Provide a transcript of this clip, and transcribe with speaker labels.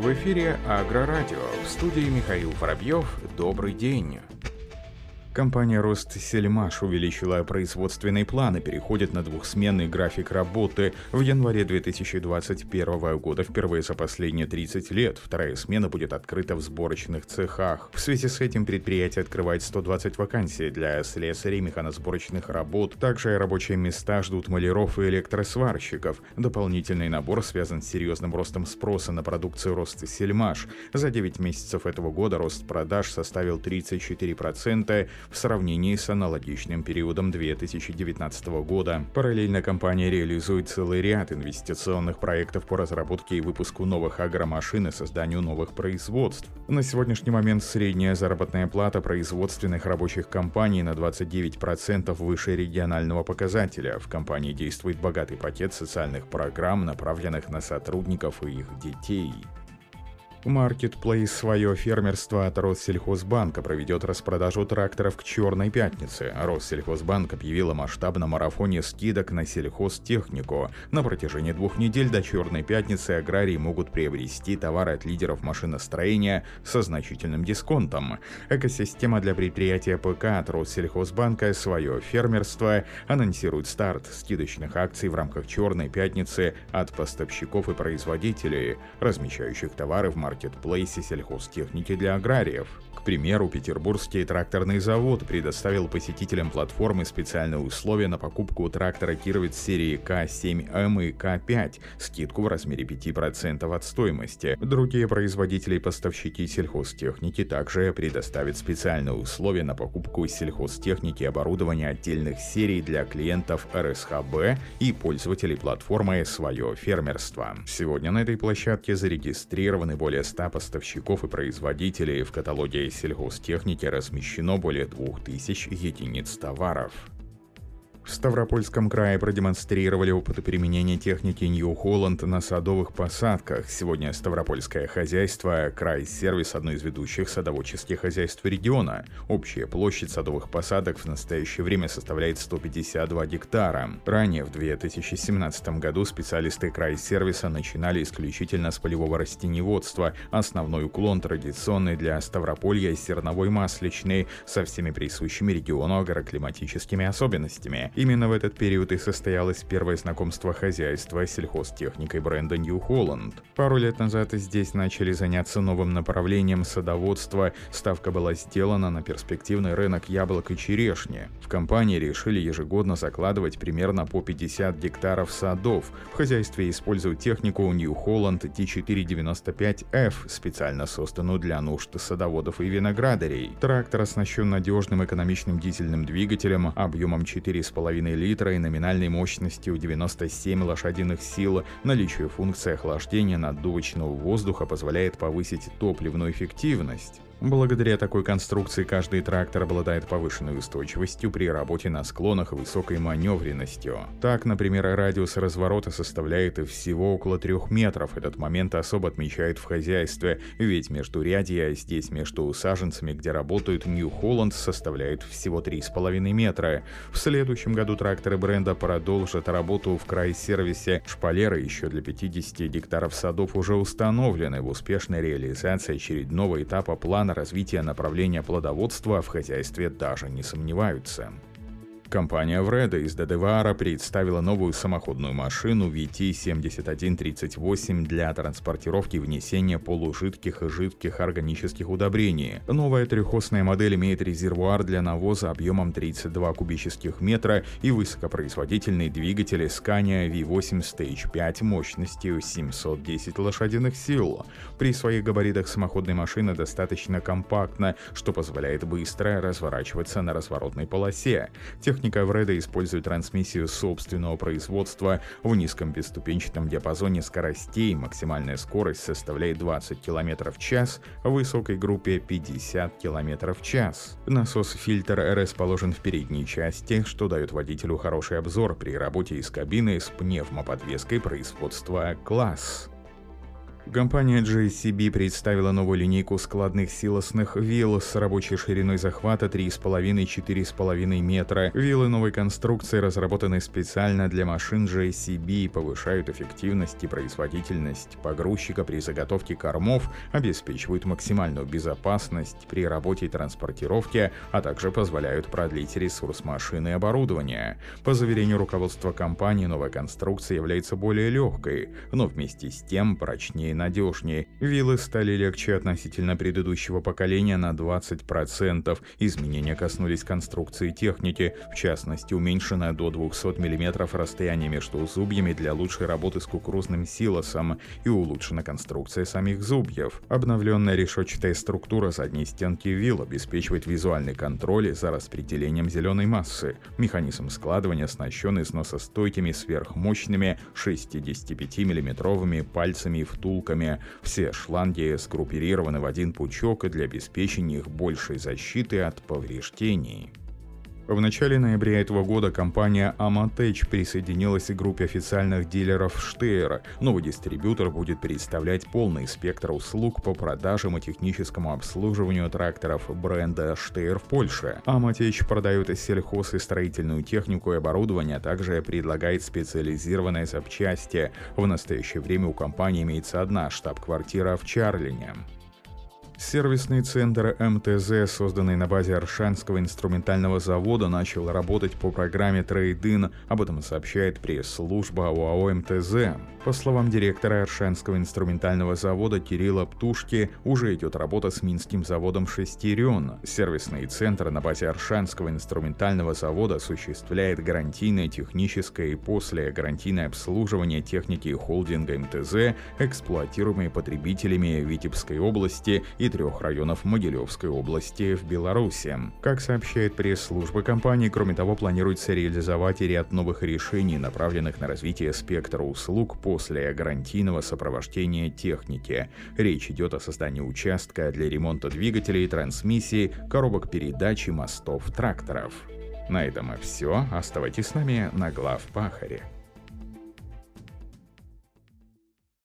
Speaker 1: В эфире Агрорадио. В студии Михаил Воробьев. Добрый день. Компания «Россельмаш» увеличила производственные планы, переходит на двухсменный график работы. В январе 2021 года впервые за последние 30 лет вторая смена будет открыта в сборочных цехах. В связи с этим предприятие открывает 120 вакансий для слесарей механосборочных работ. Также рабочие места ждут маляров и электросварщиков. Дополнительный набор связан с серьезным ростом спроса на продукцию «Россельмаш». За 9 месяцев этого года рост продаж составил 34%, в сравнении с аналогичным периодом 2019 года. Параллельно компания реализует целый ряд инвестиционных проектов по разработке и выпуску новых агромашин и созданию новых производств. На сегодняшний момент средняя заработная плата производственных рабочих компаний на 29% выше регионального показателя. В компании действует богатый пакет социальных программ, направленных на сотрудников и их детей. Маркетплейс «Свое фермерство» от Россельхозбанка проведет распродажу тракторов к Черной пятнице. Россельхозбанк объявил о масштабном марафоне скидок на сельхозтехнику. На протяжении 2 недель до Черной пятницы аграрии могут приобрести товары от лидеров машиностроения со значительным дисконтом. Экосистема для предприятия ПК от Россельхозбанка «Свое фермерство» анонсирует старт скидочных акций в рамках Черной пятницы от поставщиков и производителей, размещающих товары в маркетплейсе сельхозтехники для аграриев. К примеру, Петербургский тракторный завод предоставил посетителям платформы специальные условия на покупку трактора Кировец серии К7М и К5, скидку в размере 5% от стоимости. Другие производители и поставщики сельхозтехники также предоставят специальные условия на покупку сельхозтехники и оборудования отдельных серий для клиентов РСХБ и пользователей платформы «Свое фермерство». Сегодня на этой площадке зарегистрированы более 100 поставщиков и производителей. В каталоге сельхозтехники размещено более 2000 единиц товаров. В Ставропольском крае продемонстрировали опыт применения техники New Holland на садовых посадках. Сегодня Ставропольское хозяйство «Крайсервис» — одно из ведущих садоводческих хозяйств региона. Общая площадь садовых посадок в настоящее время составляет 152 гектара. Ранее, в 2017 году, специалисты «Крайсервиса» начинали исключительно с полевого растениеводства. Основной уклон традиционный для Ставрополья — зерновой масличный, со всеми присущими региону агроклиматическими особенностями. Именно в этот период и состоялось первое знакомство хозяйства с сельхозтехникой бренда New Holland. Пару лет назад здесь начали заняться новым направлением садоводства. Ставка была сделана на перспективный рынок яблок и черешни. В компании решили ежегодно закладывать примерно по 50 гектаров садов. В хозяйстве используют технику New Holland T495F, специально созданную для нужд садоводов и виноградарей. Трактор оснащен надежным экономичным дизельным двигателем объемом 4,5 литра и номинальной мощностью 97 лошадиных сил. Наличие функции охлаждения наддувочного воздуха позволяет повысить топливную эффективность. Благодаря такой конструкции каждый трактор обладает повышенной устойчивостью при работе на склонах и высокой маневренностью. Так, например, радиус разворота составляет всего около 3 метров. Этот момент особо отмечают в хозяйстве, ведь междурядье здесь между саженцами, где работают New Holland, составляет всего 3,5 метра. В следующем году тракторы бренда продолжат работу в крайсервисе. Шпалеры еще для 50 гектаров садов уже установлены. В успешной реализации очередного этапа плана развития направления плодоводства в хозяйстве даже не сомневаются. Компания Вреда из Дадевара представила новую самоходную машину VT7138 для транспортировки и внесения полужидких и жидких органических удобрений. Новая трехосная модель имеет резервуар для навоза объемом 32 кубических метра и высокопроизводительный двигатель Scania V8 Stage 5 мощностью 710 лошадиных сил. При своих габаритах самоходная машина достаточно компактна, что позволяет быстро разворачиваться на разворотной полосе. Техника Вреда использует трансмиссию собственного производства в низком бесступенчатом диапазоне скоростей. Максимальная скорость составляет 20 км в час, в высокой группе 50 км в час. Насос-фильтр расположен в передней части, что дает водителю хороший обзор при работе из кабины с пневмоподвеской производства «Класс». Компания JCB представила новую линейку складных силосных вилл с рабочей шириной захвата 3,5–4,5 метра. Виллы новой конструкции разработаны специально для машин JCB и повышают эффективность и производительность погрузчика при заготовке кормов, обеспечивают максимальную безопасность при работе и транспортировке, а также позволяют продлить ресурс машины и оборудования. По заверению руководства компании, новая конструкция является более легкой, но вместе с тем прочнее и надежнее. Виллы стали легче относительно предыдущего поколения на 20%. Изменения коснулись конструкции техники, в частности, уменьшено до 200 мм расстояние между зубьями для лучшей работы с кукурузным силосом и улучшена конструкция самих зубьев. Обновленная решетчатая структура задней стенки вилл обеспечивает визуальный контроль за распределением зеленой массы. Механизм складывания оснащен износостойкими сверхмощными 65-мм пальцами и втулками. Все шланги сгруппированы в один пучок для обеспечения их большей защиты от повреждений. В начале ноября этого года компания Amatech присоединилась к группе официальных дилеров Steyr. Новый дистрибьютор будет представлять полный спектр услуг по продажам и техническому обслуживанию тракторов бренда Steyr в Польше. Amatech продает сельхоз и строительную технику и оборудование, а также предлагает специализированные запчасти. В настоящее время у компании имеется одна штаб-квартира в Чарлине. Сервисный центр МТЗ, созданный на базе Оршанского инструментального завода, начал работать по программе Trade-in. Об этом сообщает пресс-служба ОАО МТЗ. По словам директора Оршанского инструментального завода Кирилла Птушки, уже идет работа с Минским заводом «Шестерен». Сервисный центр на базе Оршанского инструментального завода осуществляет гарантийное, техническое и послегарантийное обслуживание техники холдинга МТЗ, эксплуатируемой потребителями Витебской области и 3 районов Могилевской области в Беларуси. Как сообщает пресс-служба компании, кроме того, планируется реализовать и ряд новых решений, направленных на развитие спектра услуг после гарантийного сопровождения техники. Речь идет о создании участка для ремонта двигателей, трансмиссий, коробок передач и мостов тракторов. На этом и все. Оставайтесь с нами на Главпахаре.